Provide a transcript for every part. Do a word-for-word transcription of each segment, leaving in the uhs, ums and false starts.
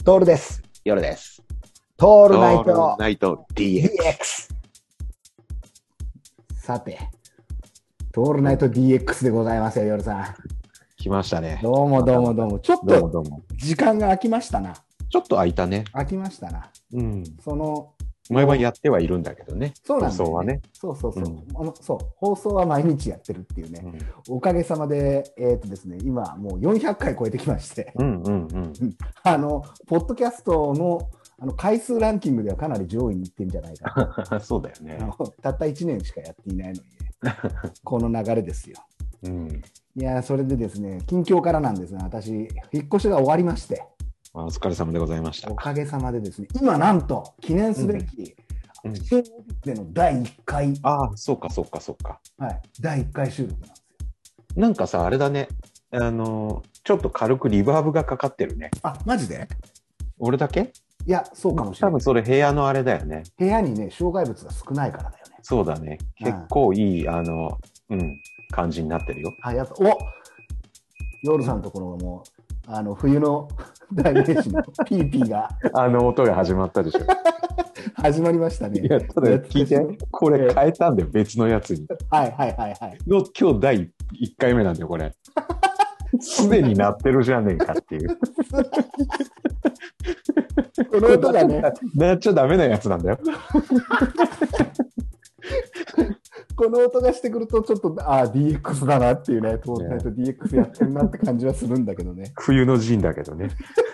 トールです。 夜です。 トールナイトールトナイト ディーエックス。 ディーエックス。さて、トールナイト ディーエックス でございますよ、夜さん。 来ましたね。 どうもどうもどうも。ちょっどうもとどうも。 時間が空きましたな。 ちょっと空いたね。 空きましたな。 うん。 その、 毎晩やってはいるんだけどね。 そうなんだよね。 放送はね。 そうそうそう。 うんあのそう。放送は毎日やってるっていうね。 うん、 おかげさまで、えっ、とですね、今もうよんひゃっかい超えてきまして、 うんうんうん。 あの、ポッドキャストのあの回数ランキングではかなり上位にいってるんじゃないかと。 そうだよね。 たったいちねんしかやっていないのにね。この流れですよ。 うん、 いや、それでですね、近況からなんですが、私、引っ越しが終わりまして、 お疲れ様でございました。 おかげさまでですね、今なんと記念すべき、 うんうん、 新オフィスでのだいいっかい、 ああ、そうかそうかそうか。 はい、だいいっかい収録なんですよ。 なんかさ、あれだね。あの、ちょっと軽くリバーブがかかってるね。 あ、マジで？ 俺だけ？ いや、そうかもしれない。 多分それ部屋のあれだよね。 部屋にね、障害物が少ないからだよね。 そうだね。結構いい、あの、うん、感じになってるよ。 はい、やっぱ、お夜さんのところも、あの、冬の代名詞のピーピーが。 あの音が始まったでしょ。 始まりましたね。 いや、ただ聞いて、これ変えたんだよ、別のやつに。 はいはいはいはい。 の今日だいいっかいめなんだよ、これ。すでに鳴ってるじゃねえかっていう。 この音がね。 鳴っちゃダメなやつなんだよ。 この音がしてくると、ちょっと、ああ、ディーエックス だなっていうね、トールナイト ディーエックス やってるなって感じはするんだけどね。 冬の陣だけどね。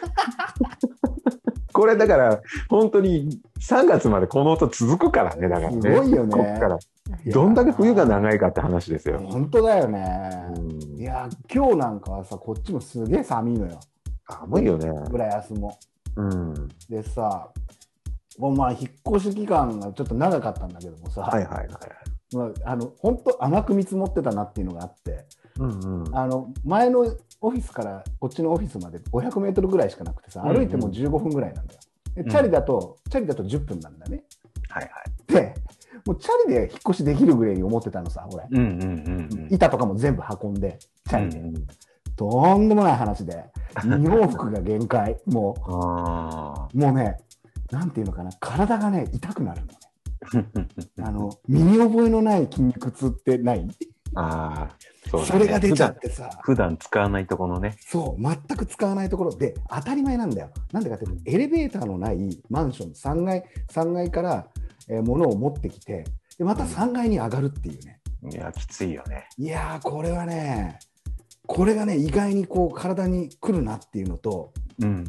これだから、本当にさんがつまでこの音続くからね、だからね。 すごいよね。 こっから。どんだけ冬が長いかって話ですよ。 本当だよね。いや、今日なんかはさ、こっちもすげえ寒いのよ。 寒いよね。 浦安も。 うん。 でさ、もうまあ、引っ越し期間がちょっと長かったんだけどもさ、 はいはいはい。 まあ、あの本当甘く見積もってたなっていうのがあって、 うんうん、 あの前のオフィスからこっちのオフィスまでごひゃくメートルぐらいしかなくてさ、歩いてもじゅうごふんぐらいなんだよ。でチャリだと、うん、チャリだとじゅっぷんなんだね。 はいはい。 で、もうチャリで引っ越しできるぐらいに思ってたのさ、俺。 うんうんうんうん、 板とかも全部運んで、チャリで。うんうん、とんでもない話で、にほん服が限界。もう、あもうね、なんていうのかな、体がね、痛くなるのね。あの身に覚えのない筋肉痛ってない？ ああ、そうだね。 それが出ちゃってさ、 普段使わないところね。 そう、全く使わないところで当たり前なんだよ。なんでかっていうと、エレベーターのないマンションさんがい、さんがいから、えー、物を持ってきて、でまたさんがいに上がるっていうね。 うん、いや、きついよね。 いやー、これはね、これがね、意外にこう体にくるなっていうのと、うんうん、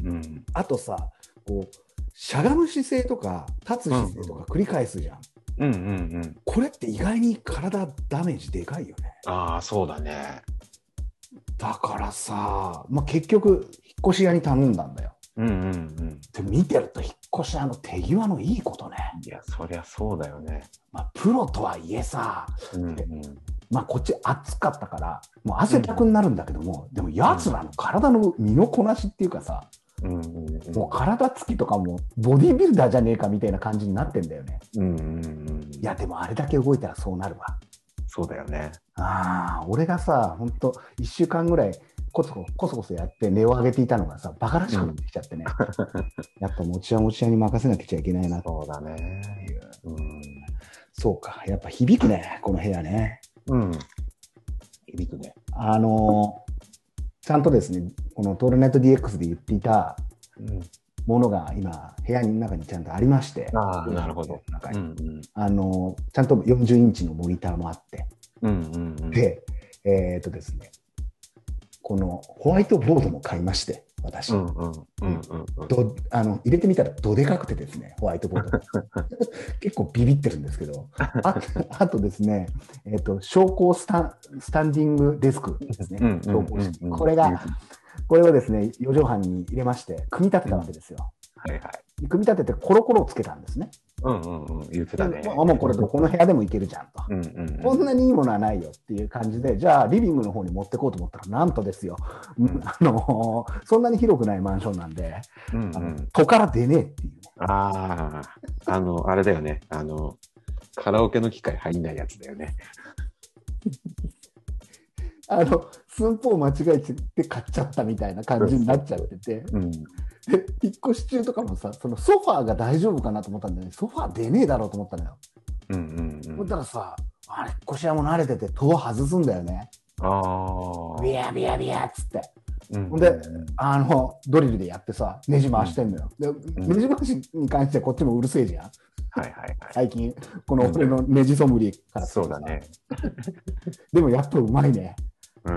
あとさ、こうしゃがむ姿勢とか立つ姿勢とか繰り返すじゃん。うんうんうん、これって意外に体ダメージでかいよね。 ああ、そうだね。 だからさ、まあ、結局引っ越し屋に頼んだんだよ。うんうんうん、で見てると引っ越し屋の手際のいいことね。 いや、そりゃそうだよね。 まあ、プロとはいえさ、うんうん、まあ、こっち暑かったからもう汗だくになるんだけども、うん、でもやつらの体の身のこなしっていうかさ、うんうんうん、もう体つきとかもボディービルダーじゃねえかみたいな感じになってんだよね。うんうんうん、いやでもあれだけ動いたらそうなるわ。 そうだよね。 ああ、俺がさ、ほんといっしゅうかんぐらいコソコソコソやって値を上げていたのがさ、バカらしくなってきちゃってね。うん、やっぱ持ち屋持ち屋に任せなきゃいけないな。 そうだね。 うん、そうか、やっぱ響くね、この部屋ね。うん。響くね。あのー、ちゃんとですね、このトールナイト ディーエックス で言っていたものが今、部屋の中にちゃんとありまして。 ああ、なるほど。 中に、うんうん、あのー、ちゃんとよんじゅうインチのモニターもあって。うんうんうん、で、えー、っとですね、このホワイトボードも買いまして、私。うんうんうんうん、どあの入れてみたらどでかくてですね、ホワイトボード。結構ビビってるんですけど、あ, あとですね、えー、と昇降スタン、スタンディングデスクですね。これが、これをですね、よじょうはんに入れまして、組み立てたわけですよ。うん、はいはい、組み立ててコロコロをつけたんですね。うんうんうん、言ってたね。もうこれこの部屋でもいけるじゃんと、うんうんうん。こんなにいいものはないよっていう感じで、じゃあリビングの方に持ってこうと思ったら、なんとですよ、うん、あのー、そんなに広くないマンションなんで、うんうん、あの戸から出ねえっていう、ね。 ああ、あの、あれだよね。あの、カラオケの機械入んないやつだよね。 あの、寸法間違えて買っちゃったみたいな感じになっちゃってて。うん、でで、引っ越し中とかもさ、そのソファーが大丈夫かなと思ったんだよね。ソファー出ねえだろうと思ったのよ。うんうんうん。そしたらさ、あれ、引っ越し屋も慣れてて、戸を外すんだよね。ああ。ビヤビヤビヤっつって。ほ、うん、で、あの、ドリルでやってさ、ネジ回してんのよ。うん、で、ネジ回しに関してはこっちもうるせえじゃん。はいはいはい。最近、この俺のネジソムリエから、うん。そうだね。でもやっぱうまいね。うん、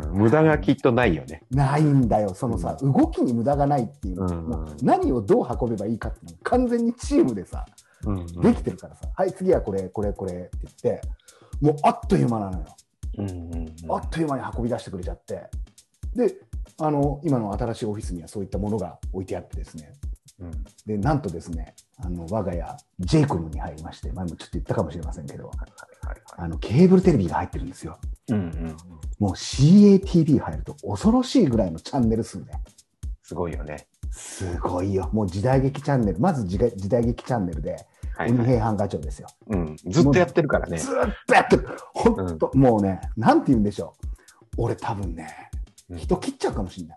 無駄がきっとないよね。ないんだよ。そのさ、うん、動きに無駄がないっていう、うん、もう何をどう運べばいいかっていうの完全にチームでさ、うんうん、できてるからさ、はい、次はこれ、これ、これって言って、もうあっという間なのよ。うんうんうん、あっという間に運び出してくれちゃって。で、あの、今の新しいオフィスにはそういったものが置いてあってですね。うん、で、なんとですね、あの、我が家、ジェイコムに入りまして、前もちょっと言ったかもしれませんけど、はいはいはいはい、あの、ケーブルテレビが入ってるんですよ。うんうん、もう シーエーティービー 入ると恐ろしいぐらいのチャンネル数ね。すごいよね。すごいよ。もう時代劇チャンネル、まず時時代劇チャンネルで、はいはい、鬼平犯科長ですよ、うん。ずっとやってるからね。ずっとやってる。ほんと、うん、もうね、なんて言うんでしょう。俺多分ね、人切っちゃうかもしれない。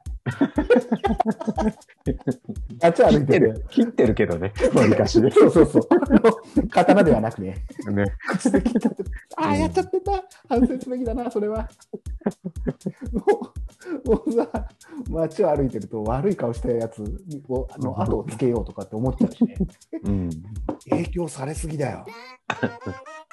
あっち歩いてる。切ってるけどね。わりかしで。そうそうそう。刀ではなくね。ね。口で切っちゃってる。ああ、やっちゃってた。反省すべきだな、それは。もう、もうさ、街を歩いてると悪い顔したやつをの後をつけようとかって思っちゃうしね。うん。影響されすぎだよ。